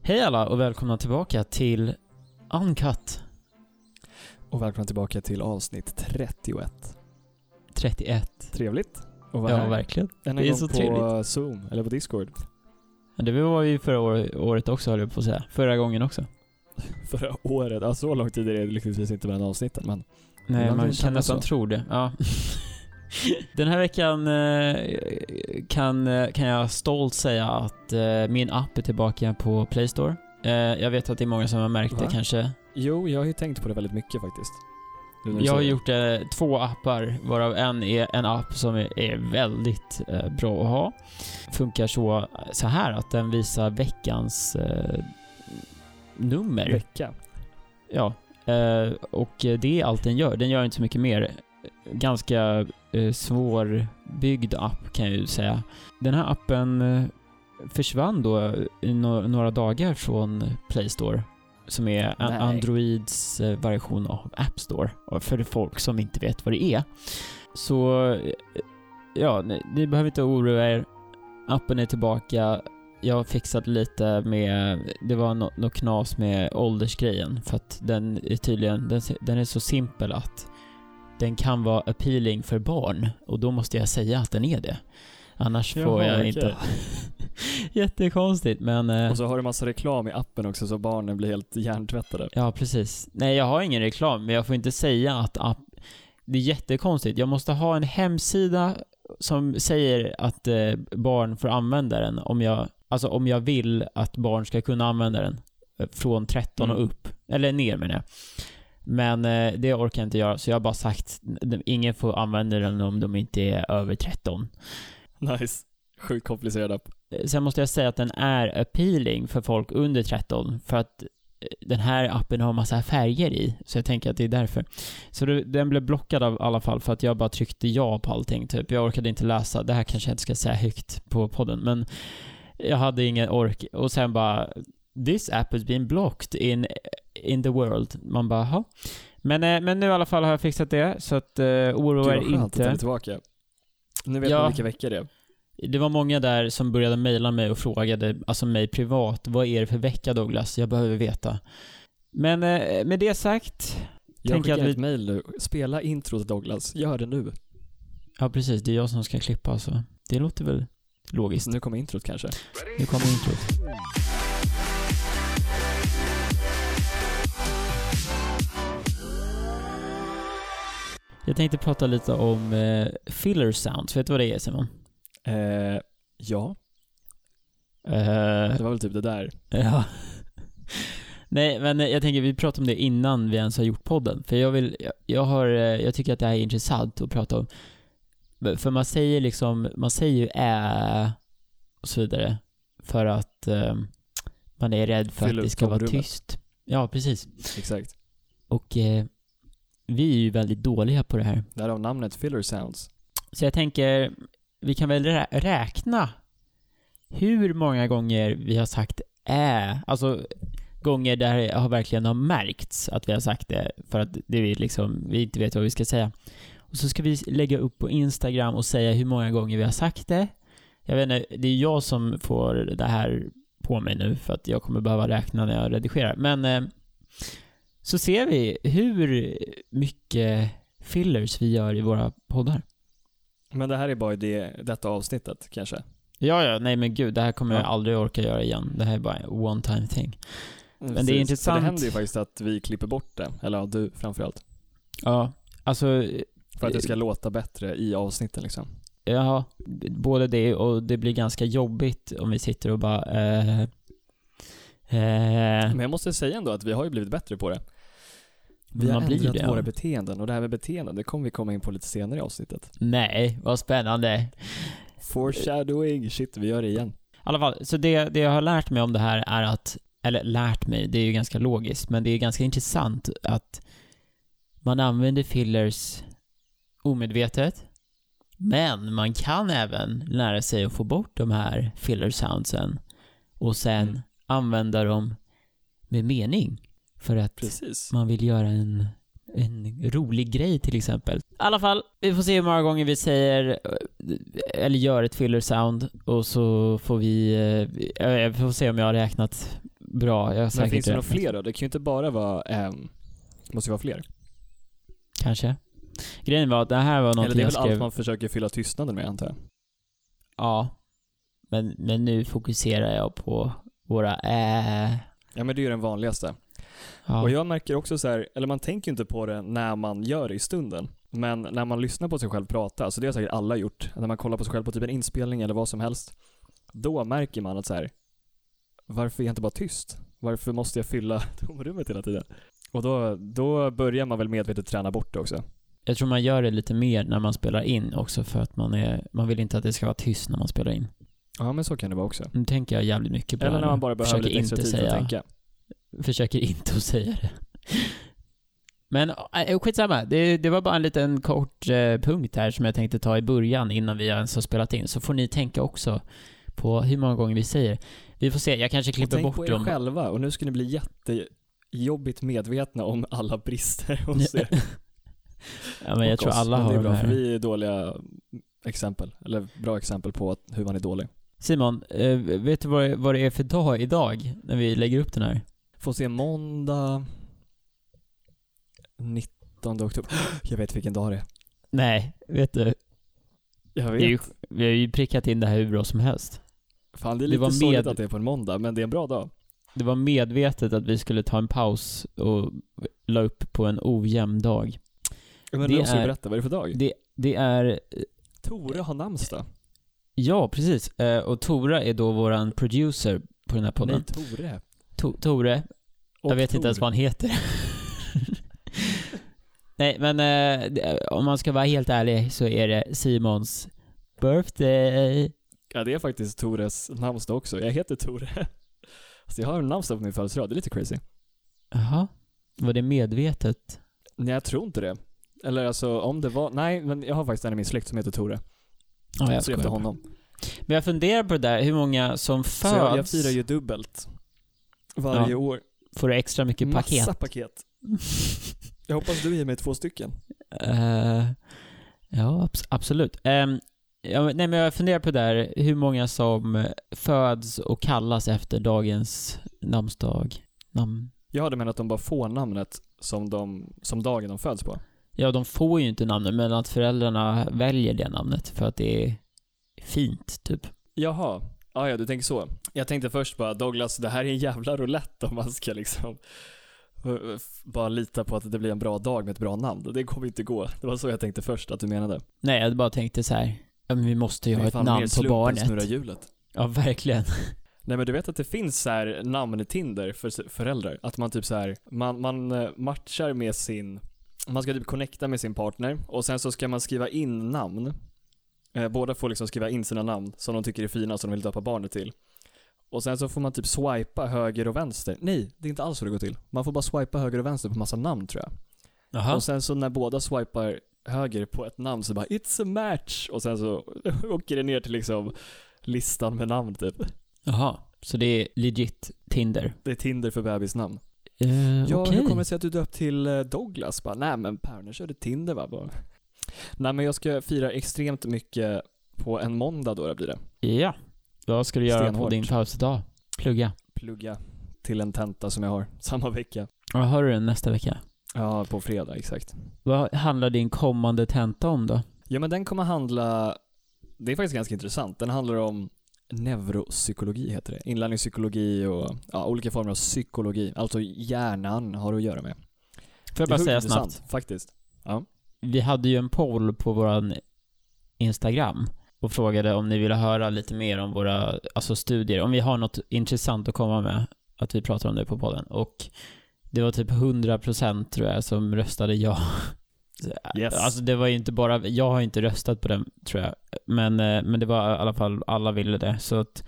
Hej alla och välkomna tillbaka till Uncut. Och välkomna tillbaka till avsnitt 31. 31. Trevligt. Och ja, verkligen. Det är så på trevligt. Zoom eller på Discord. Ja, det var ju förra året också, höll jag på att säga. Förra gången också. Förra året? Ja, så lång tid är det lyckligtvis inte mellan avsnitten, men... Nej, man kan nästan tro det. Ja. Den här veckan kan jag stolt säga att min app är tillbaka på Play Store. Jag vet att det är många som har märkt det kanske. Jo, jag har ju tänkt på det väldigt mycket faktiskt. Jag har gjort 2 appar, varav en är en app som är väldigt bra att ha. Funkar så här att den visar veckans nummer. Vecka? Ja, och det är allt den gör. Den gör inte så mycket mer. Ganska svårbyggd app kan jag ju säga. Den här appen försvann då i några dagar från Play Store, som är Androids version av App Store, för folk som inte vet vad det är. Så ja, ni behöver inte oroa er. Appen är tillbaka. Jag har fixat lite med, det var något knas med åldersgrejen, för att den är tydligen, den är så simpel att den kan vara appealing för barn, och då måste jag säga att den är det. Annars får jag inte. Jättekonstigt, men... Och så har du massa reklam i appen också, så barnen blir helt hjärntvättade. Ja, precis. Nej, jag har ingen reklam, men jag får inte säga att det är jättekonstigt. Jag måste ha en hemsida som säger att barn får använda den om jag vill att barn ska kunna använda den från 13 och upp. Eller ner, menar jag. Men det orkar jag inte göra, så jag har bara sagt ingen får använda den om de inte är över 13. Nice. Sjukt komplicerad app. Sen måste jag säga att den är appealing för folk under 13, för att den här appen har massa färger i, så jag tänker att det är därför. Så den blev blockad av i alla fall, för att jag bara tryckte ja på allting typ. Jag orkade inte läsa. Det här kanske jag inte ska säga högt på podden, men jag hade ingen ork. Och sen bara, this app has been blocked in the world. Man bara, ha. Men nu i alla fall har jag fixat det, så att oroa er inte. Att tillbaka. Nu vet man vilka veckor det är. Det var många där som började mejla mig och frågade, alltså mig privat, vad är det för vecka, Douglas? Jag behöver veta. Men med det sagt... Jag skickar ett mejl nu. Spela introt, Douglas. Gör det nu. Ja, precis. Det är jag som ska klippa, så det låter väl logiskt. Nu kommer introt kanske. Nu kommer introt. Jag tänkte prata lite om filler sounds. Vet du vad det är, Simon? Ja. Det var väl typ det där. Ja. Nej, men jag tänker vi pratar om det innan vi ens har gjort podden. För jag tycker att det här är intressant att prata om. För man säger ju och så vidare, för att man är rädd för att det ska vara tyst. Ja, precis. Exakt. Och vi är ju väldigt dåliga på det här. Därav namnet filler sounds. Så jag tänker, vi kan väl räkna hur många gånger vi har sagt alltså gånger där det verkligen har märkts att vi har sagt det, för att det är vi inte vet vad vi ska säga. Och så ska vi lägga upp på Instagram och säga hur många gånger vi har sagt det. Jag vet inte, det är jag som får det här på mig nu, för att jag kommer behöva räkna när jag redigerar. Men så ser vi hur mycket fillers vi gör i våra poddar. Men det här är bara detta avsnittet kanske? Ja, nej men gud, det här kommer jag aldrig orka göra igen. Det här är bara en one time thing. Men det är intressant. För det händer ju faktiskt att vi klipper bort det. Eller du framförallt. Ja, alltså... För att det ska låta bättre i avsnitten liksom. Ja, både det, och det blir ganska jobbigt om vi sitter och bara... Men jag måste säga ändå att vi har ju blivit bättre på det. Vi har ändrat våra beteenden, och det här med beteenden, det kommer vi komma in på lite senare i avsnittet. Nej, vad spännande. Foreshadowing, shit, vi gör det igen. I alla fall, så det jag har lärt mig om det här är att, eller lärt mig, det är ju ganska logiskt, men det är ganska intressant att man använder fillers omedvetet, men man kan även lära sig att få bort de här filler soundsen och sen använda dem med mening, för att man vill göra en rolig grej till exempel. I alla fall, vi får se hur många gånger vi säger eller gör ett filler sound, och så får vi jag får se om jag har räknat bra. Jag men finns det några fler då? Det kan ju inte bara vara det måste ju vara fler. Kanske. Grejen var att det här var något eller det är väl allt man försöker fylla tystnaden med, antar jag. Ja. Men nu fokuserar jag på våra Ja, men det är ju den vanligaste. Ja. Och jag märker också så här, eller man tänker inte på det när man gör det i stunden. Men när man lyssnar på sig själv prata, så det har säkert alla gjort. När man kollar på sig själv på typ en inspelning eller vad som helst. Då märker man att så här, varför är jag inte bara tyst? Varför måste jag fylla tomrummet hela tiden? Och då börjar man väl medvetet träna bort det också. Jag tror man gör det lite mer när man spelar in också, för att man vill inte att det ska vara tyst när man spelar in. Ja, men så kan det vara också. Nu tänker jag jävligt mycket på eller när man bara behöver lite extra tid för att tänka. Försöker inte att säga det. Men skitsamma, det var bara en liten kort punkt här som jag tänkte ta i början innan vi ens har spelat in. Så får ni tänka också på hur många gånger vi säger. Vi får se, jag kanske klipper bort dem. Tänk på er själva, och nu ska ni bli jättejobbigt medvetna om alla brister hos er. Ja, men jag tror alla har det de här. För vi är dåliga exempel, eller bra exempel på hur man är dålig. Simon, vet du vad det är för dag idag när vi lägger upp den här? Får se måndag 19 oktober. Jag vet vilken dag det är. Nej, vet du? Jag vet. Vi har ju prickat in det här hur bra som helst. Fan, det är lite sorgligt att det är på en måndag, men det är en bra dag. Det var medvetet att vi skulle ta en paus och la upp på en ojämn dag. Men du måste berätta, vad är det för dag? Det är... Tore har namnsdag. Ja, precis. Och Tora är då våran producer på den här podden. Nej, Tore. Tore. Jag vet inte ens vad han heter. Nej, men om man ska vara helt ärlig så är det Simons birthday. Ja, det är faktiskt Tores namnsdag också. Jag heter Tore. Så jag har en namnsdag på min födelsedag. Det är lite crazy. Jaha. Var det medvetet? Nej, jag tror inte det. Eller alltså, om det var... Nej, men jag har faktiskt en i min släkt som heter Tore. Ja, jag så efter honom. Men jag funderar på det där, hur många som föds... Så jag firar ju dubbelt varje år. Får du extra mycket paket? Massa paket. Jag hoppas du ger mig 2 stycken. Ja, absolut. Nej, men jag funderar på det där, hur många som föds och kallas efter dagens namnsdag. Jag hade menat att de bara får namnet som dagen de föds på. Ja, de får ju inte namnet, men att föräldrarna väljer det namnet för att det är fint, typ. Jaha. Ja, du tänker så. Jag tänkte först bara, Douglas, det här är en jävla roulette om man ska liksom bara lita på att det blir en bra dag med ett bra namn. Det kommer inte gå. Det var så jag tänkte först att du menade. Nej, jag bara tänkte så här, men vi måste ju ha ett namn på barnet. Snurra hjulet. Ja, verkligen. Nej, men du vet att det finns så här namn-Tinder för föräldrar. Att man typ så här, man matchar med man ska typ connecta med sin partner och sen så ska man skriva in namn. Båda får liksom skriva in sina namn som de tycker är fina, som de vill döpa barnet till. Och sen så får man typ swipa höger och vänster. Nej, det är inte alls så det går till. Man får bara swipa höger och vänster på massa namn, tror jag. Aha. Och sen så när båda swipar höger på ett namn så bara, it's a match. Och sen så åker det ner till liksom listan med namn typ. Jaha, så det är legit Tinder. Det är Tinder för bebisnamn. Ja, hur kommer det sig att du döpt till Douglas? Bara, nej men Perner körde Tinder va? Bara. Nej, men jag ska fira extremt mycket på en måndag då blir det. Ja, vad ska du göra på din pausdag? Plugga till en tenta som jag har samma vecka. Ja, har du den nästa vecka? Ja, på fredag, exakt. Vad handlar din kommande tenta om då? Ja, men den kommer handla... Det är faktiskt ganska intressant. Den handlar om neuropsykologi heter det. Inlärningspsykologi och olika former av psykologi. Alltså hjärnan har att göra med. Får jag bara säga snabbt? Faktiskt. Ja. Vi hade ju en poll på våran Instagram och frågade om ni ville höra lite mer om våra studier. Om vi har något intressant att komma med, att vi pratar om det på podden. Och det var typ 100% tror jag som röstade ja. Yes. Alltså det var ju inte bara, jag har inte röstat på den tror jag. Men det var i alla fall, alla ville det. Så att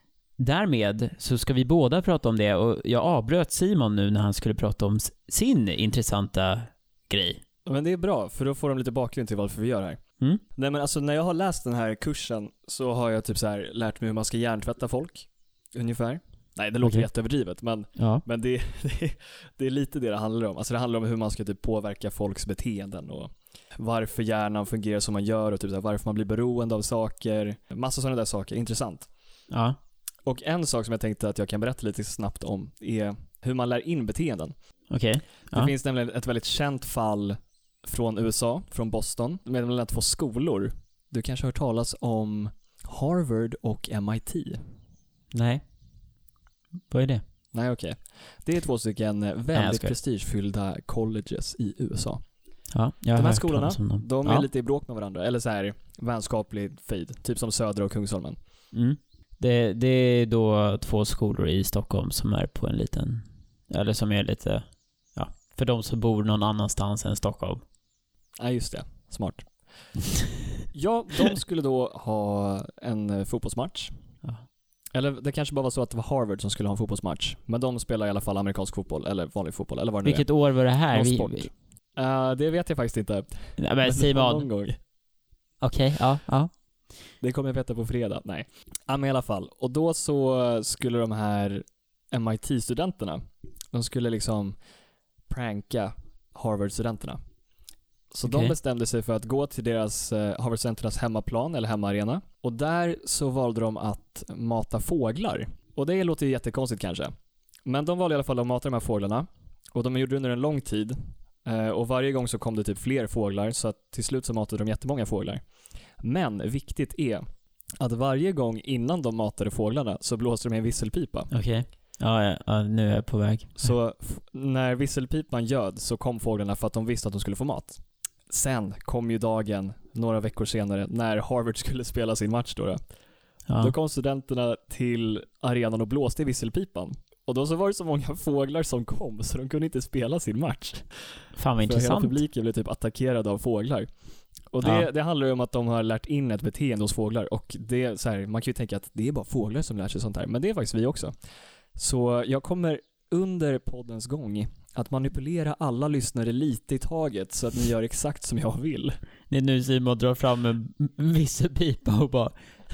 därmed så ska vi båda prata om det. Och jag avbröt Simon nu när han skulle prata om sin intressanta grej. Men det är bra, för då får de lite bakgrund till varför vi gör det här. Mm. Nej, men alltså när jag har läst den här kursen så har jag typ så här lärt mig hur man ska hjärntvätta folk ungefär. Nej, det låter jätteöverdrivet, men det är lite det handlar om. Alltså det handlar om hur man ska typ påverka folks beteenden och varför hjärnan fungerar som man gör och typ så här, varför man blir beroende av saker. Massa sådana där saker, intressant. Ja. Och en sak som jag tänkte att jag kan berätta lite snabbt om är hur man lär in beteenden. Okej. Det finns nämligen ett väldigt känt fall från USA, från Boston, med 2 skolor. Du kanske har hört talas om Harvard och MIT? Nej. Vad är det? Nej, okej. Det är 2 stycken väldigt prestigefyllda colleges i USA. Ja, jag har de här hört skolorna, om de är lite i bråk med varandra. Eller så här vänskaplig fejd. Typ som Södra och Kungsholmen. Mm. Det är då 2 skolor i Stockholm som är på en liten... Eller som är lite... Ja, för de som bor någon annanstans än Stockholm. Ja, just det. Smart. Ja, de skulle då ha en fotbollsmatch. Ja. Eller det kanske bara var så att det var Harvard som skulle ha en fotbollsmatch. Men de spelar i alla fall amerikansk fotboll. Eller vanlig fotboll. Eller vad det nu är. Vilket år var det här? Någon sport. Det vet jag faktiskt inte. Nej, men Simon. Någon gång. Okej, ja. Det kommer jag veta på fredag. Nej. Ja, men i alla fall. Och då så skulle de här MIT-studenterna, de skulle liksom pranka Harvard-studenterna. Så de bestämde sig för att gå till deras Harvard-studenternas hemmaplan eller hemmaarena. Och där så valde de att mata fåglar. Och det låter ju jättekonstigt kanske. Men de valde i alla fall att mata de här fåglarna. Och de gjorde det under en lång tid. Och varje gång så kom det typ fler fåglar. Så att till slut så matade de jättemånga fåglar. Men viktigt är att varje gång innan de matade fåglarna så blåste de i en visselpipa. Okej. Ja, nu är jag på väg. Så när visselpipan ljöd så kom fåglarna för att de visste att de skulle få mat. Sen kom ju dagen, några veckor senare, när Harvard skulle spela sin match då. Ja. Då kom studenterna till arenan och blåste i visselpipan. Och då så var det så många fåglar som kom så de kunde inte spela sin match. Fan vad för intressant. Hela publiken blev typ attackerad av fåglar. Och det handlar ju om att de har lärt in ett beteende hos fåglar. Och det är så här, man kan ju tänka att det är bara fåglar som lär sig sånt här. Men det är faktiskt vi också. Så jag kommer under poddens gång att manipulera alla lyssnare lite i taget så att ni gör exakt som jag vill. Det är nu Simon drar fram en visselpipa och bara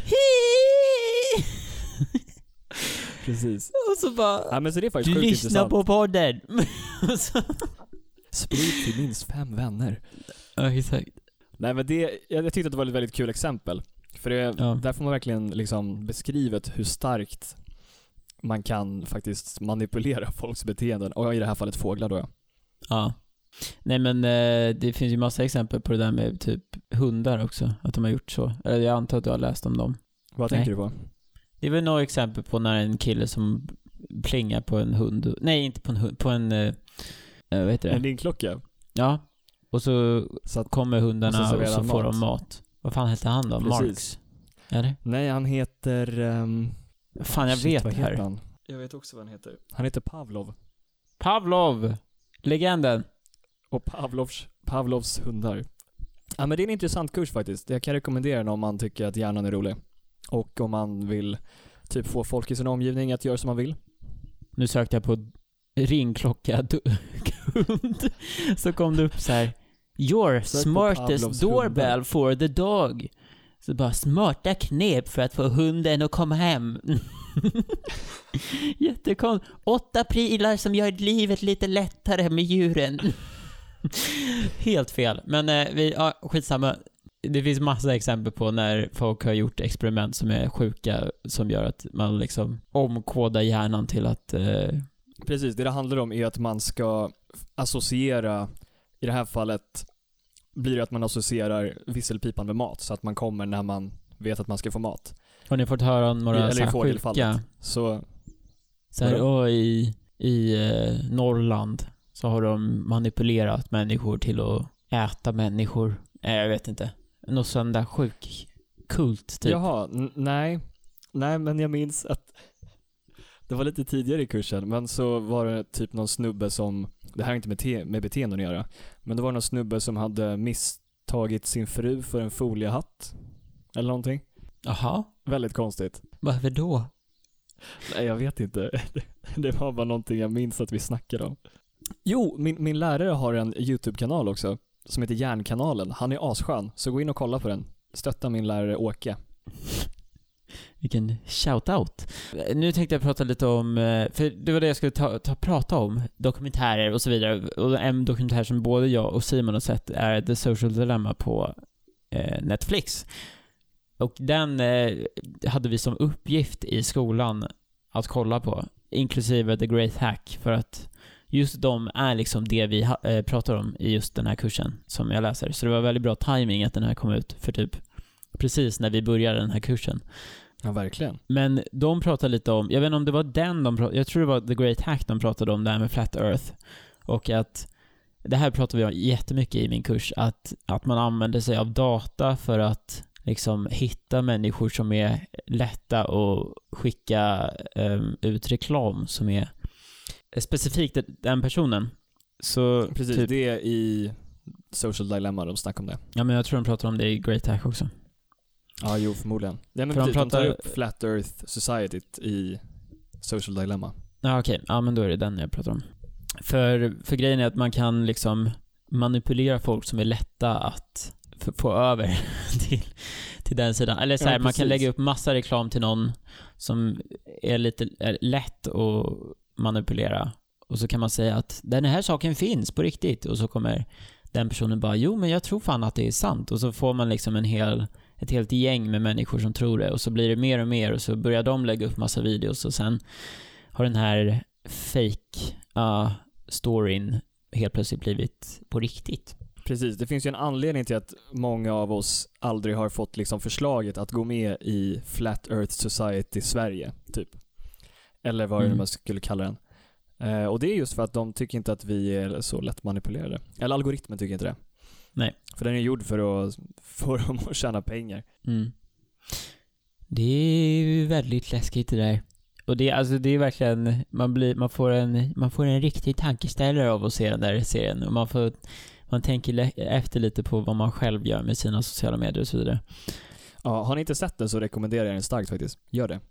Precis. Och så bara ja, men så det är faktiskt sjukt lyssna intressant. på podden. Sprid till minst 5 vänner. Ja, exakt. Nej, men jag tyckte att det var ett väldigt kul exempel. För där får man verkligen liksom beskrivet hur starkt man kan faktiskt manipulera folks beteenden. Och i det här fallet fåglar då. Ja. Nej, men det finns ju massa exempel på det där med typ hundar också. Att de har gjort så. Eller jag antar att du har läst om dem. Vad tänker du på? Det är väl några exempel på när en kille som plingar på en hund. Nej, inte på en hund. På en vad heter det? En ringklocka. Ja. Och så kommer hundarna och så får de mat. Vad fan heter han då? Precis. Marks? Eller? Nej, han heter... fan, jag vet det här. Han? Jag vet också vad han heter. Han heter Pavlov. Pavlov! Legenden. Och Pavlovs hundar. Ja, men det är en intressant kurs faktiskt. Jag kan rekommendera den om man tycker att hjärnan är rolig. Och om man vill typ få folk i sin omgivning att göra som man vill. Nu sökte jag på ringklocka hund. Så kom det upp så här: Your smartest doorbell hundar for the dog. Så bara smarta knep för att få hunden att komma hem. Jättekonstigt. 8 prylar som gör livet lite lättare med djuren. Helt fel. Men skitsamma. Det finns massa exempel på när folk har gjort experiment som är sjuka, som gör att man liksom omkodar hjärnan till att... Precis, det handlar om är att man ska associera, i det här fallet blir det att man associerar visselpipan med mat, så att man kommer när man vet att man ska få mat. Har ni fått höra om några så här sjuka? Så här, i Norrland så har de manipulerat människor till att äta människor. Jag vet inte. Någon sån där sjuk kult typ. Jaha, nej, men jag minns att det var lite tidigare i kursen, men så var det typ någon snubbe som, det här är inte med beteenden att göra, men det var någon snubbe som hade misstagit sin fru för en foliehatt eller någonting. Jaha. Väldigt konstigt. Varför då? Nej, jag vet inte. Det var bara någonting jag minns att vi snackade om. Jo, min lärare har en YouTube-kanal också som heter Järnkanalen. Han är asskön, så gå in och kolla på den. Stötta min lärare Åke. Vilken shoutout. Nu tänkte jag prata lite om, för det var det jag skulle prata om, dokumentärer och så vidare. Och en dokumentär som både jag och Simon har sett är The Social Dilemma på Netflix. Och den hade vi som uppgift i skolan att kolla på, inklusive The Great Hack, för att just de är liksom det vi pratar om i just den här kursen som jag läser. Så det var väldigt bra timing att den här kom ut för typ precis när vi började den här kursen. Ja, verkligen. Men de pratade lite om, jag vet inte om det var den jag tror det var The Great Hack de pratade om, det här med Flat Earth. Och att det här pratar vi om jättemycket i min kurs, att man använder sig av data för att liksom hitta människor som är lätta att skicka ut reklam som är specifikt den personen. Så precis, typ, det är i Social Dilemma de snackar om det. Ja, men jag tror de pratar om det i Great Hack också. Ja, jo, förmodligen. Ja, men för de tar upp Flat Earth Society i Social Dilemma. Ja, okej. Ja, men då är det den jag pratar om. För grejen är att man kan liksom manipulera folk som är lätta att få över till den sidan. Eller så här, man kan lägga upp massa reklam till någon som är lite lätt att manipulera. Och så kan man säga att den här saken finns på riktigt. Och så kommer den personen bara, jo men jag tror fan att det är sant. Och så får man liksom ett helt gäng med människor som tror det. Och så blir det mer och mer. Och så börjar de lägga upp massa videos. Och sen har den här fake storyn helt plötsligt blivit på riktigt. Precis, det finns ju en anledning till att många av oss aldrig har fått liksom förslaget att gå med i Flat Earth Society Sverige, typ. Eller vad man skulle kalla den. Och det är just för att de tycker inte att vi är så lätt manipulerade. Eller algoritmen tycker inte det. Nej. För den är gjord för att få dem att tjäna pengar. Mm. Det är ju väldigt läskigt det där. Och det är verkligen, man får en riktig tankeställare av att se den där serien. Och man tänker efter lite på vad man själv gör med sina sociala medier och så vidare. Ja, har ni inte sett den så rekommenderar jag den starkt faktiskt. Gör det.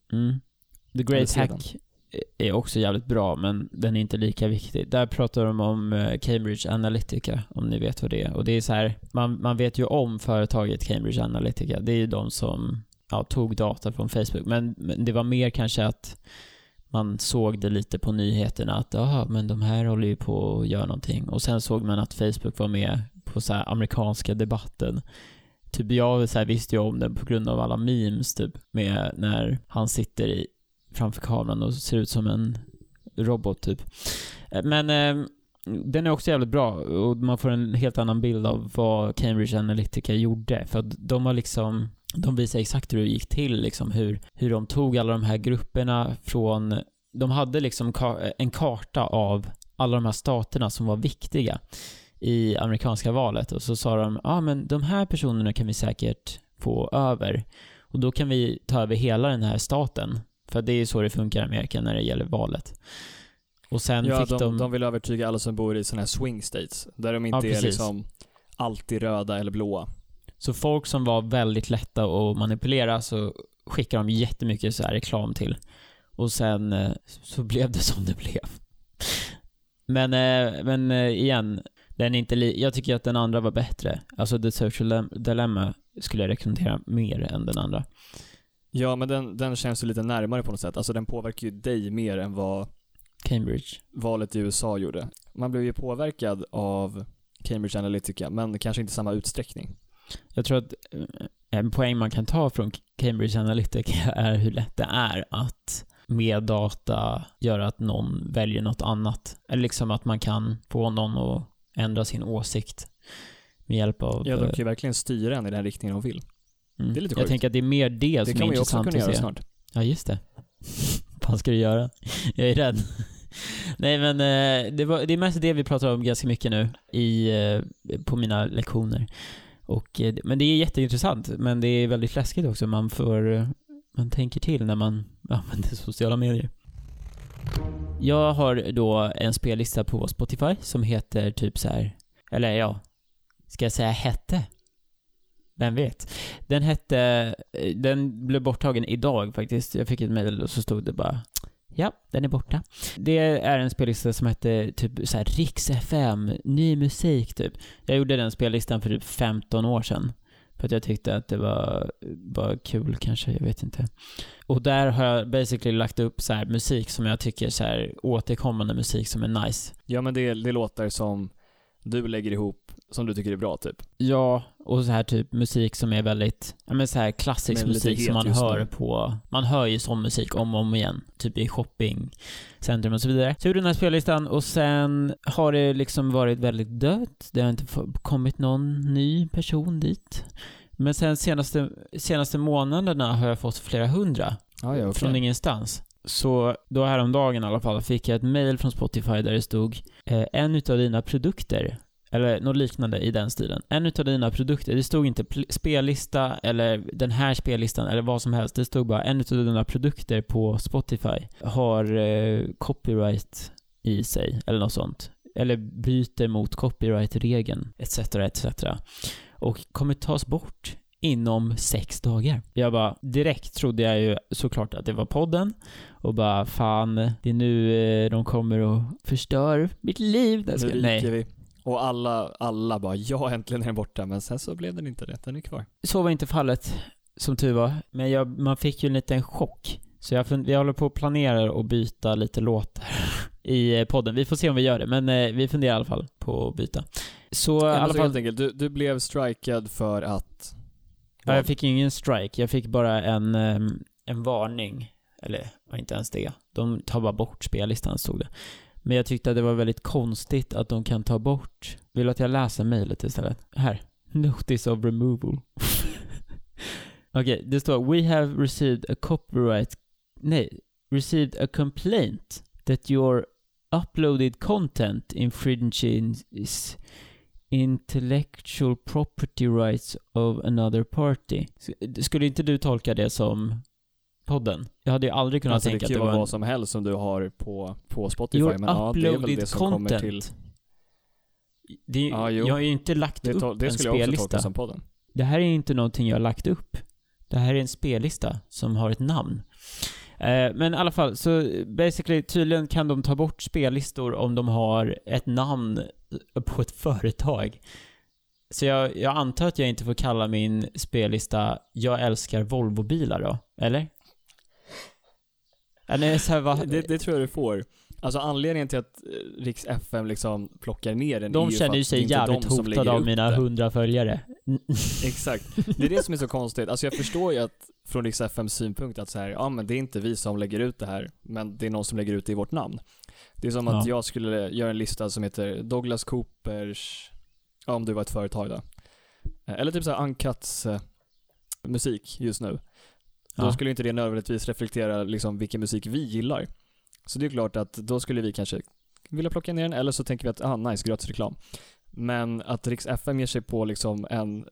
The Great Hack är också jävligt bra, men den är inte lika viktig. Där pratar de om Cambridge Analytica, om ni vet vad det är. Och det är så här, man vet ju om företaget Cambridge Analytica. Det är ju de som tog data från Facebook. Men det var mer kanske att man såg det lite på nyheterna att men de här håller ju på att göra någonting. Och sen såg man att Facebook var med på så här amerikanska debatten. Typ jag så här visste ju om det på grund av alla memes typ, med när han sitter framför kameran och ser ut som en robot typ. Men den är också jävligt bra och man får en helt annan bild av vad Cambridge Analytica gjorde. För att de visar exakt hur det gick till, liksom hur de tog alla de här grupperna från, de hade liksom en karta av alla de här staterna som var viktiga i amerikanska valet, och så sa de, men de här personerna kan vi säkert få över och då kan vi ta över hela den här staten, för det är ju så det funkar i Amerika när det gäller valet. Och sen fick de vill övertyga alla som bor i såna här swing states där de inte är liksom alltid röda eller blåa. Så folk som var väldigt lätta att manipulera så skickade de jättemycket så här reklam till. Och sen så blev det som det blev. Men igen, den är inte jag tycker att den andra var bättre. Alltså The Social Dilemma skulle jag rekommendera mer än den andra. Ja, men den känns ju lite närmare på något sätt. Alltså den påverkar ju dig mer än vad Cambridge valet i USA gjorde. Man blev ju påverkad av Cambridge Analytica, men kanske inte i samma utsträckning. Jag tror att en poäng man kan ta från Cambridge Analytica är hur lätt det är att med data göra att någon väljer något annat. Eller liksom att man kan få någon att ändra sin åsikt med hjälp av... Ja, de kan ju verkligen styra en i den riktningen de vill. Det är lite sjukt. Jag tänker att det är mer det som är intressant att se. Det kan vi också kunna göra snart. Ja, just det. Vad ska du göra? Jag är rädd. Nej, men det är mest det vi pratar om ganska mycket nu på mina lektioner. Men det är jätteintressant, men det är väldigt läskigt också. Man tänker till när man använder sociala medier. Jag har då en spellista på Spotify som heter typ så här, eller ska jag säga hette? Vem vet? Den blev borttagen idag faktiskt. Jag fick ett mejl och så stod det bara, ja, den är borta. Det är en spellista som heter typ så här Riks FM, ny musik typ. Jag gjorde den spellistan för typ 15 år sedan. För att jag tyckte att det var kul kanske, jag vet inte. Och där har jag basically lagt upp så här musik som jag tycker så här återkommande musik som är nice. Ja, men det låter som du lägger ihop som du tycker är bra typ. Ja, och så här typ musik som är väldigt, ja men så här klassisk Men lite musik het som man just hör nu. på, man hör ju sån musik om och om igen, typ i shoppingcentrum och så vidare. Så jag gjorde den här spellistan och sen har det liksom varit väldigt dött. Det har inte kommit någon ny person dit. Men sen senaste månaderna har jag fått flera hundra Okay. från ingenstans. Så då häromdagen i alla fall fick jag ett mail från Spotify där det stod en utav dina produkter, eller något liknande i den stilen. En utav dina produkter, det stod inte spellista eller den här spellistan eller vad som helst. Det stod bara en utav dina produkter på Spotify har copyright i sig eller något sånt. Eller bryter mot copyright-regeln etc. etc. Och kommer tas bort inom 6 dagar. Jag bara, direkt trodde jag ju såklart att det var podden och bara, fan, det är nu de kommer och förstör mitt liv. Nu ryker vi. Och alla bara, ja äntligen är den borta, men sen så blev den inte det, den är kvar. Så var inte fallet, som tur var. Men man fick ju en liten chock. Så vi håller på att planera och byta lite låtar i podden. Vi får se om vi gör det, men vi funderar i alla fall på att byta. Så i alla fall, helt enkelt, du blev strikad för att... Ja, jag fick ingen strike. Jag fick bara en varning. Eller var inte ens det. De tar bara bort spellistan, stod det. Men jag tyckte att det var väldigt konstigt att de kan ta bort. Vill du att jag läser mejlet istället? Här. Notice of removal. Okej, det står we have received a received a complaint that your uploaded content infringes intellectual property rights of another party. Skulle inte du tolka det som podden? Jag hade ju aldrig kunnat tänka att det var vad som helst som du har på Spotify, your men ja, det är väl det som content. kommer till... Jag har ju inte lagt upp en det skulle jag också spellista. tolka som podden. Det här är inte någonting jag har lagt upp. Det här är en spellista som har ett namn. Men i alla fall, så basically tydligen kan de ta bort spellistor om de har ett namn på ett företag. Så jag antar att jag inte får kalla min spellista Jag älskar Volvo-bilar då, eller? Eller så här, det tror jag du får. Alltså anledningen till att Riks FM liksom plockar ner den de är ju känner ju sig jävligt hotade av mina 100 följare. Exakt. Det är det som är så konstigt. Alltså jag förstår ju att från Riks FMs synpunkt att så här, ja men det är inte vi som lägger ut det här, men det är någon som lägger ut det i vårt namn. Det är som att jag skulle göra en lista som heter Douglas Coopers, ja, om du var ett företag då. Eller typ så här Uncuts musik just nu. Då skulle inte det nödvändigtvis reflektera liksom vilken musik vi gillar. Så det är klart att då skulle vi kanske vilja plocka ner den, eller så tänker vi att nice, gratis reklam. Men att Riks FM ger sig på liksom en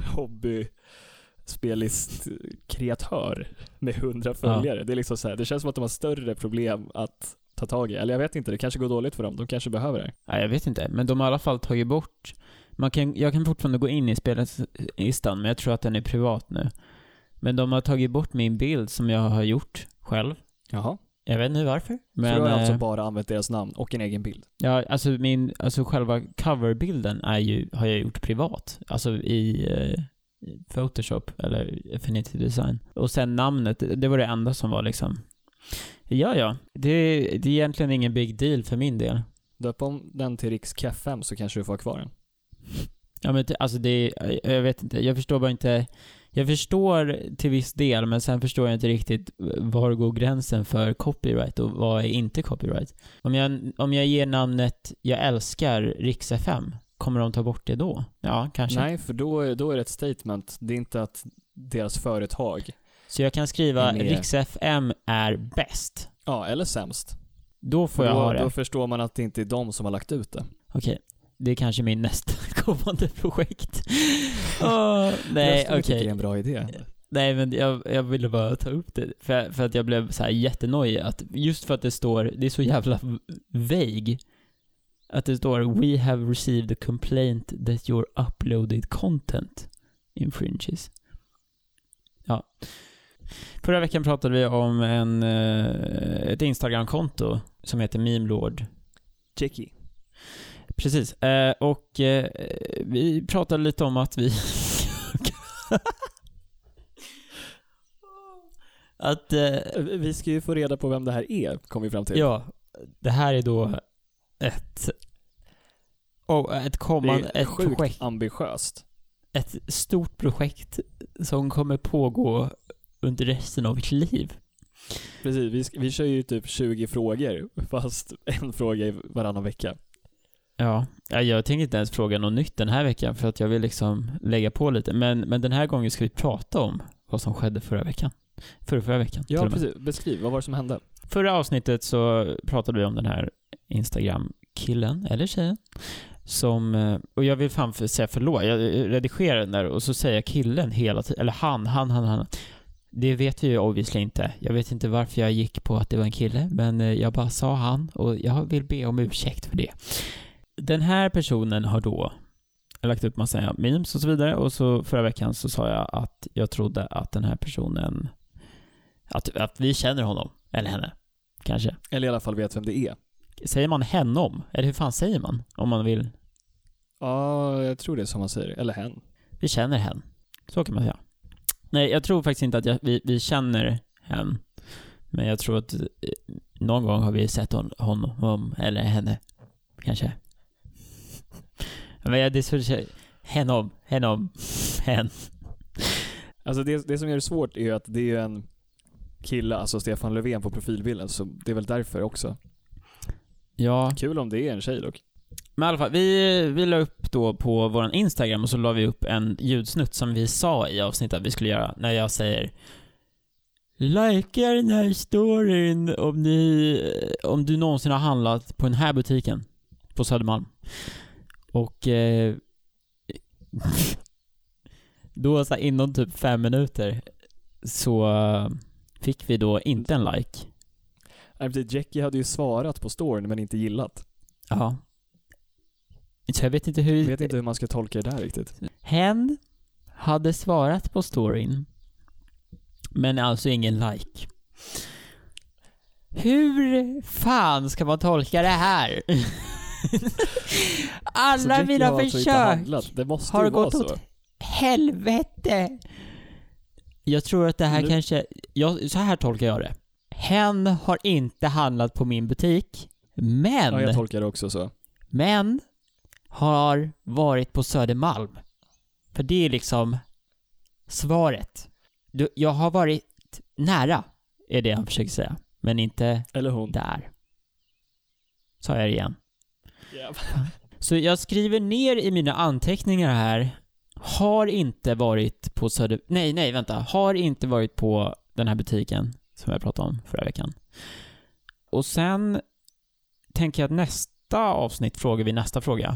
hobby-spellist-kreatör med 100 följare. Det är liksom så här, det känns som att de har större problem att ta tag i. Eller jag vet inte, det kanske går dåligt för dem. De kanske behöver det. Nej, jag vet inte. Men de har i alla fall tagit bort... Jag kan fortfarande gå in i spellistan, men jag tror att den är privat nu. Men de har tagit bort min bild som jag har gjort själv. Jaha. Jag vet inte varför. Men, så du har alltså bara använt deras namn och en egen bild? Ja, alltså själva coverbilden har jag gjort privat. Alltså i Photoshop eller Affinity Design. Och sen namnet, det var det enda som var liksom... Ja. Det är egentligen ingen big deal för min del. Döp om den till Riks K5 så kanske du får ha kvar den. Ja, men alltså jag vet inte. Jag förstår bara inte... Jag förstår till viss del, men sen förstår jag inte riktigt var går gränsen för copyright och vad är inte copyright. Om jag ger namnet Jag älskar Riks FM, kommer de ta bort det då? Ja, kanske. Nej, för då är det ett statement. Det är inte att deras företag... Så jag kan skriva Riks FM är bäst. Ja, eller sämst. Då får jag ha det. Då förstår man att det inte är de som har lagt ut det. Okej. Det är kanske min nästa kommande projekt. Nej, okej. Det är en bra idé. Nej, men jag ville bara ta upp det. För att jag blev så här jättenöjd att just för att det är så jävla vague. Att det står we have received a complaint that your uploaded content infringes. Ja. Förra veckan pratade vi om ett Instagram-konto som heter Memelord. Checky. Precis. Och vi pratade lite om att vi att vi ska ju få reda på vem det här är, kom vi fram till. Ja, det här är då Det är sjukt projekt, ambitiöst. ett stort projekt som kommer pågå under resten av mitt liv. Precis, vi kör ju typ 20 frågor, fast en fråga i varannan vecka. Ja, jag tänker inte ens fråga något nytt den här veckan för att jag vill liksom lägga på lite. Men den här gången ska vi prata om vad som skedde förra veckan. Förra veckan. Ja, precis. Beskriv, vad var det som hände? Förra avsnittet så pratade vi om den här Instagram-killen, eller tjejen, som, och jag vill fan säga förlåt, jag redigerar den där och så säger jag killen hela tiden, eller han. Det vet vi ju obviously inte. Jag vet inte varför jag gick på att det var en kille, men jag bara sa han och jag vill be om ursäkt för det. Den här personen har då lagt upp massa memes och så vidare, och så förra veckan så sa jag att jag trodde att den här personen, att vi känner honom, eller henne, kanske. Eller i alla fall vet vem det är. Säger man henom? Eller hur fan säger man? Om man vill. Ja, jag tror det är som man säger. Eller hen. Vi känner hen. Så kan man säga. Nej, jag tror faktiskt inte att vi känner hen. Men jag tror att någon gång har vi sett honom eller henne. Kanske. Men det är så hen. Alltså det som gör det svårt är ju att det är en kille, alltså Stefan Löfven på profilbilden, så det är väl därför också. Ja. Kul om det är en tjej dock. Men i alla fall, vi la upp då på våran Instagram och så la vi upp en ljudsnutt som vi sa i avsnittet att vi skulle göra, när jag säger likea den här storyn om du någonsin har handlat på den här butiken på Södermalm. Och då så här, inom typ 5 minuter så fick vi då inte en like. Jackie hade ju svarat på storyn men inte gillat. Ja. Så jag vet inte hur man ska tolka det där riktigt. Hen hade svarat på storyn men alltså ingen like. Hur fan ska man tolka det här? Alla mina försök har gått åt helvete. Jag tror att det här kanske... så här tolkar jag det. Hen har inte handlat på min butik, men... Ja, jag tolkar det också så. Men har varit på Södermalm. För det är liksom svaret. Jag har varit nära, är det jag försöker säga. Men inte eller hon. Där. Sa jag det igen. Yeah. Så jag skriver ner i mina anteckningar här. Har inte varit på har inte varit på den här butiken som jag pratade om förra veckan. Och sen tänker jag att nästa avsnitt frågar vi nästa fråga.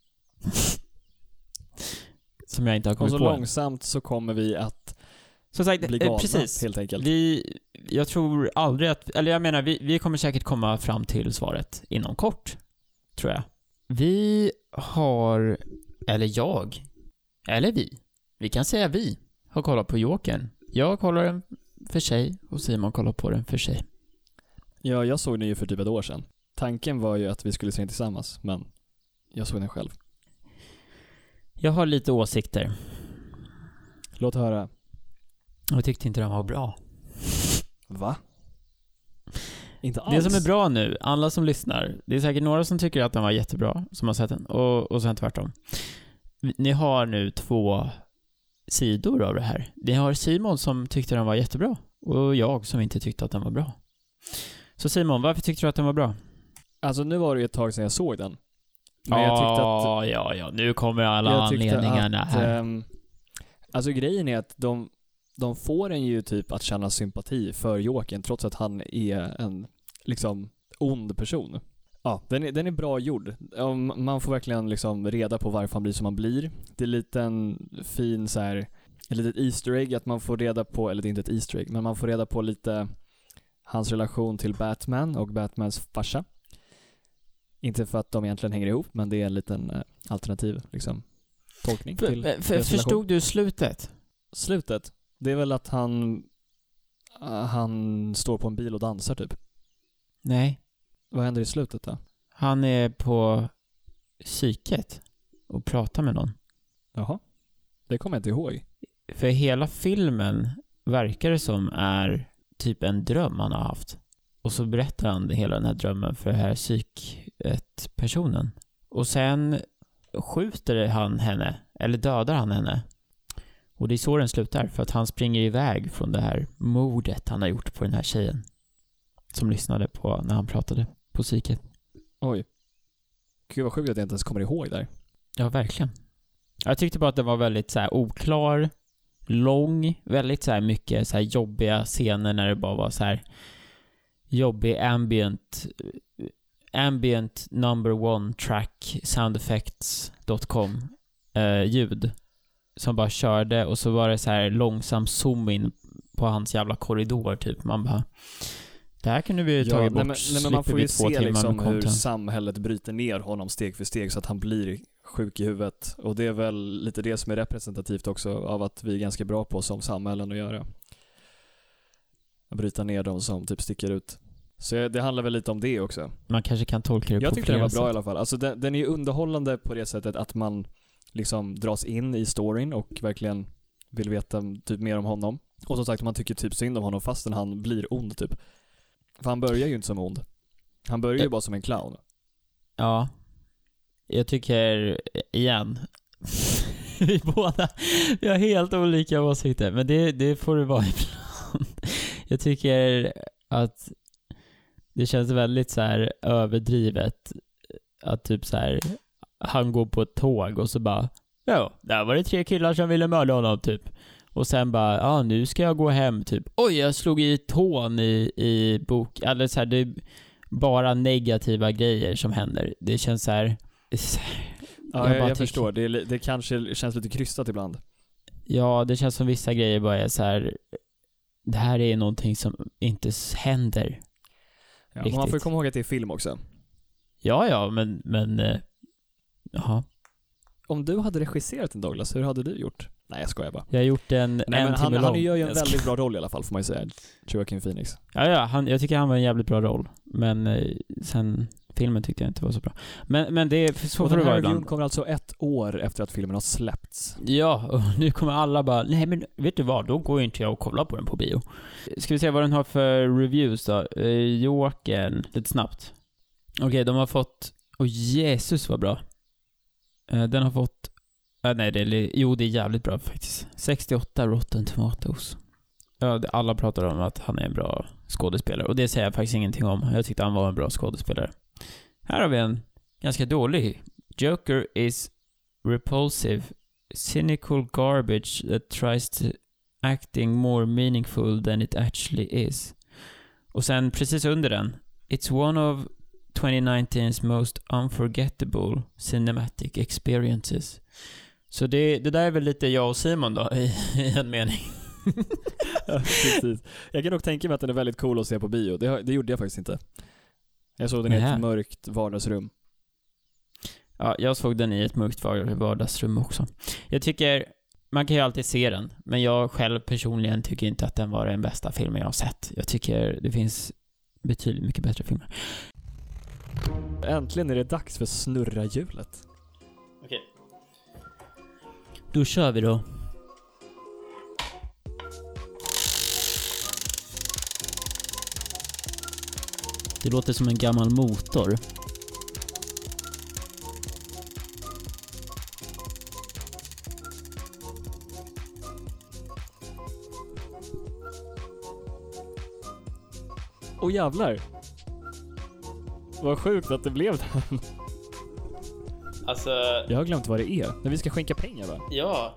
Som jag inte har kommit på. Och så långsamt så kommer vi att så sagt, bli galna, precis. Helt enkelt. Jag tror aldrig att... Eller jag menar, vi kommer säkert komma fram till svaret inom kort. Tror jag. Vi har... Eller jag. Eller vi. Vi kan säga vi. Har kollat på Jokern. Jag kollar den för sig och Simon kollar på den för sig. Ja, jag såg den ju för typ ett år sedan. Tanken var ju att vi skulle se den tillsammans, men jag såg den själv. Jag har lite åsikter. Låt höra. Jag tyckte inte den var bra. Va? Inte alls. Det som är bra nu, alla som lyssnar, det är säkert några som tycker att den var jättebra, som har sett den, och sen tvärtom. Ni har nu 2 sidor av det här. Ni har Simon som tyckte den var jättebra, och jag som inte tyckte att den var bra. Så Simon, varför tyckte du att den var bra? Alltså nu var det ju ett tag sedan jag såg den. Men jag tyckte att... Ja, nu kommer alla anledningarna här. Alltså grejen är att de får en ju typ att känna sympati för Jokern trots att han är en liksom ond person. Ja, den är bra gjord. Man får verkligen liksom reda på varför han blir som han blir. Det är lite en fin så här, ett litet easter egg att man får reda på, eller det är inte ett easter egg, men man får reda på lite hans relation till Batman och Batmans farsa. Inte för att de egentligen hänger ihop, men det är en liten alternativ liksom tolkning till förstod du slutet? Slutet? Det är väl att han står på en bil och dansar typ. Nej. Vad händer i slutet då? Han är på psyket och pratar med någon. Jaha. Det kommer jag inte ihåg. För hela filmen verkar det som är typ en dröm han har haft. Och så berättar han hela den här drömmen för den här psyket-personen. Och sen skjuter han henne, eller dödar han henne. Och det är så den slutar, för att han springer iväg från det här mordet han har gjort på den här tjejen som lyssnade på när han pratade på psyket. Oj. Gud vad sjukt att jag inte ens kommer ihåg där. Ja, verkligen. Jag tyckte bara att det var väldigt så här oklar, lång, väldigt så här mycket så här jobbiga scener när det bara var så här jobbig ambient number one track soundeffects.com ljud som bara körde, och så var det så här långsam zoom in på hans jävla korridor typ. Man bara, det här kunde vi ju tagit bort. Nej, men man får ju se liksom hur samhället bryter ner honom steg för steg så att han blir sjuk i huvudet. Och det är väl lite det som är representativt också av att vi är ganska bra på som samhällen att göra. Att bryta ner dem som typ sticker ut. Så det handlar väl lite om det också. Man kanske kan tolka det jag på tyckte det var sätt. bra i alla fall. Alltså den är ju underhållande på det sättet att man liksom dras in i storyn och verkligen vill veta typ mer om honom. Och som sagt, man tycker typ synd om honom fastän han blir ond typ. För han börjar ju inte som ond. Han börjar ju bara som en clown. Ja. Jag tycker, igen, vi har helt olika åsikter, men det får det vara ibland. Jag tycker att det känns väldigt så här överdrivet att typ så här han går på ett tåg och så bara, ja, där var det 3 killar som ville mörda honom typ. Och sen bara, ja, nu ska jag gå hem typ. Oj, jag slog i tån i bok. Eller så här, det är bara negativa grejer som händer. Det känns så här. Ja, jag förstår. Det kanske känns lite krystat ibland. Ja, det känns som vissa grejer bara är så här. Det här är någonting som inte händer. Ja, men man får komma ihåg att det är film också. Ja, men jaha. Om du hade regisserat en Douglas, hur hade du gjort? Nej, jag skojar bara. Jag har gjort en timme lång. Han gör ju en väldigt bra roll i alla fall, får man ju säga. Joaquin Phoenix. Ja, jag tycker han var en jävligt bra roll. Men sen filmen tyckte jag inte var så bra. Men det är så får det vara ibland. kommer alltså 1 år efter att filmen har släppts. Ja, och nu kommer alla bara, nej men vet du vad, då går inte jag och kollar på den på bio. Ska vi se vad den har för reviews då? Jokern, lite snabbt. Okej, de har fått, Jesus vad bra. Den har fått nej, det är jävligt bra faktiskt. 68 Rotten Tomatoes. Ja, alla pratar om att han är en bra skådespelare. Och det säger jag faktiskt ingenting om. Jag tyckte han var en bra skådespelare. Här har vi en ganska dålig. Joker is repulsive, cynical garbage that tries to acting more meaningful than it actually is. Och sen precis under den, it's one of 2019's most unforgettable cinematic experiences. Så det där är väl lite jag och Simon då i en mening. Ja, precis. Jag kan nog tänka mig att den är väldigt cool att se på bio. Det gjorde jag faktiskt inte. Jag såg den i ett mörkt vardagsrum. Ja, jag såg den i ett mörkt vardagsrum också. Jag tycker, man kan ju alltid se den, men jag själv personligen tycker inte att den var den bästa filmen jag har sett. Jag tycker det finns betydligt mycket bättre filmer. Äntligen är det dags för snurra hjulet. Okej. Då kör vi då. Det låter som en gammal motor. Åh jävlar. Vad sjukt att det blev den. Alltså, jag har glömt vad det är. När vi ska skänka pengar va? Ja.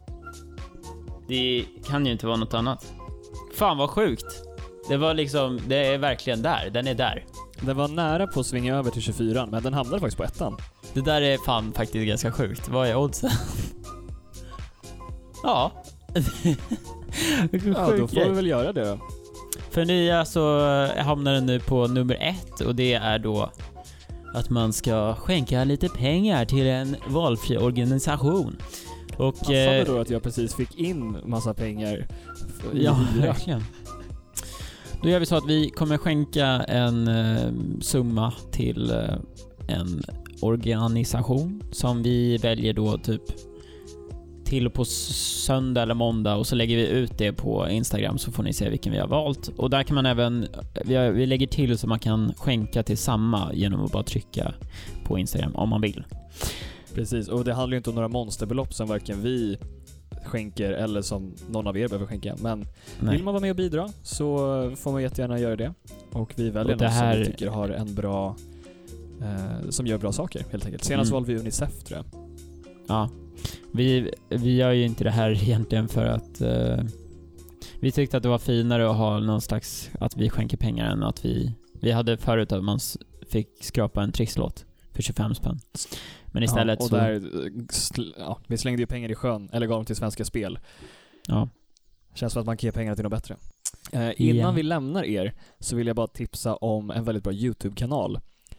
Det kan ju inte vara något annat. Fan vad sjukt. Det var liksom, det är verkligen där. Den är där. Den var nära på att svinga över till 24, men den hamnade faktiskt på 1:an. Det där är fan faktiskt ganska sjukt. Vad är oddsen? Ja. Ja, då får vi väl göra det då. För nya så hamnar den nu på nummer 1, och det är då att man ska skänka lite pengar till en valfri organisation. Och passade då att jag precis fick in massa pengar. Ja, verkligen. Då gör vi så att vi kommer skänka en summa till en organisation som vi väljer då typ till på söndag eller måndag, och så lägger vi ut det på Instagram så får ni se vilken vi har valt. Och där kan man även, vi lägger till så man kan skänka till samma genom att bara trycka på Instagram om man vill. Precis, och det handlar ju inte om några monsterbelopp som varken vi skänker eller som någon av er behöver skänka. Men vill man vara med och bidra så får man jättegärna göra det. Och vi väljer någon som vi tycker har en bra som gör bra saker helt enkelt. Senast valde vi UNICEF, tror jag. Ja, vi gör ju inte det här egentligen för att vi tyckte att det var finare att ha någon slags att vi skänker pengar än att vi hade förut att man fick skrapa en trisslåt för 25 spänn. Men istället och så... Där, vi slängde ju pengar i sjön, eller gav dem till Svenska Spel. Ja. Känns som att man kan ge pengar till något bättre. Innan vi lämnar er så vill jag bara tipsa om en väldigt bra YouTube-kanal.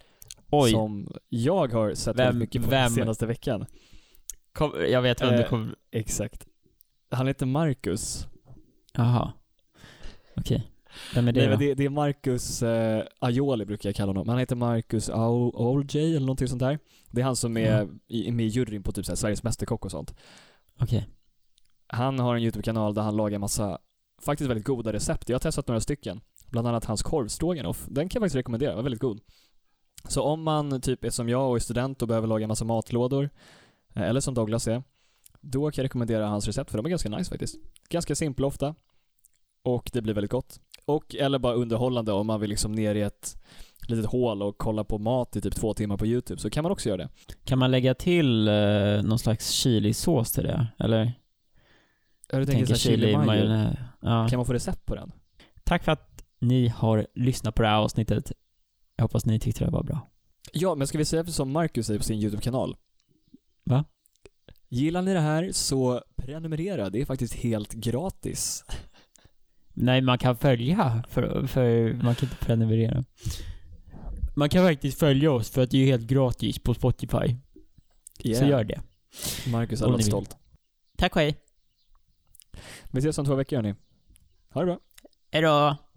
Som jag har sett väldigt mycket på den senaste veckan. Jag vet vem du kommer... Exakt. Han heter Marcus. Jaha. Okej. Vem är det då? Det är Marcus Aioli brukar jag kalla honom. Han heter Marcus Auljay eller någonting sånt där. Det är han som är med i juryn på typ så här Sveriges Mästerkock och sånt. Okej. Han har en YouTube-kanal där han lagar massa faktiskt väldigt goda recept. Jag har testat några stycken. Bland annat hans korvstroganoff. Den kan jag faktiskt rekommendera. Den var väldigt god. Så om man typ är som jag och är student och behöver laga en massa matlådor, eller som Douglas är, då kan jag rekommendera hans recept, för de är ganska nice faktiskt. Ganska simpla ofta. Och det blir väldigt gott. Och eller bara underhållande om man vill liksom ner i ett litet hål och kolla på mat i typ 2 timmar på YouTube, så kan man också göra det. Kan man lägga till någon slags chilisås till det? Eller? Jag tänker chili mayo. Ja. Kan man få recept på den? Tack för att ni har lyssnat på det här avsnittet. Jag hoppas ni tyckte det var bra. Ja, men ska vi säga som Marcus säger på sin YouTube-kanal? Va? Gillar ni det här så prenumerera. Det är faktiskt helt gratis. Nej, man kan följa för man kan inte prenumerera. Man kan faktiskt följa oss för att det är helt gratis på Spotify. Yeah. Så gör det. Marcus är alldeles stolt. Tack och hej. Vi ses om 2 veckor, hörni. Ha det bra. Hej då.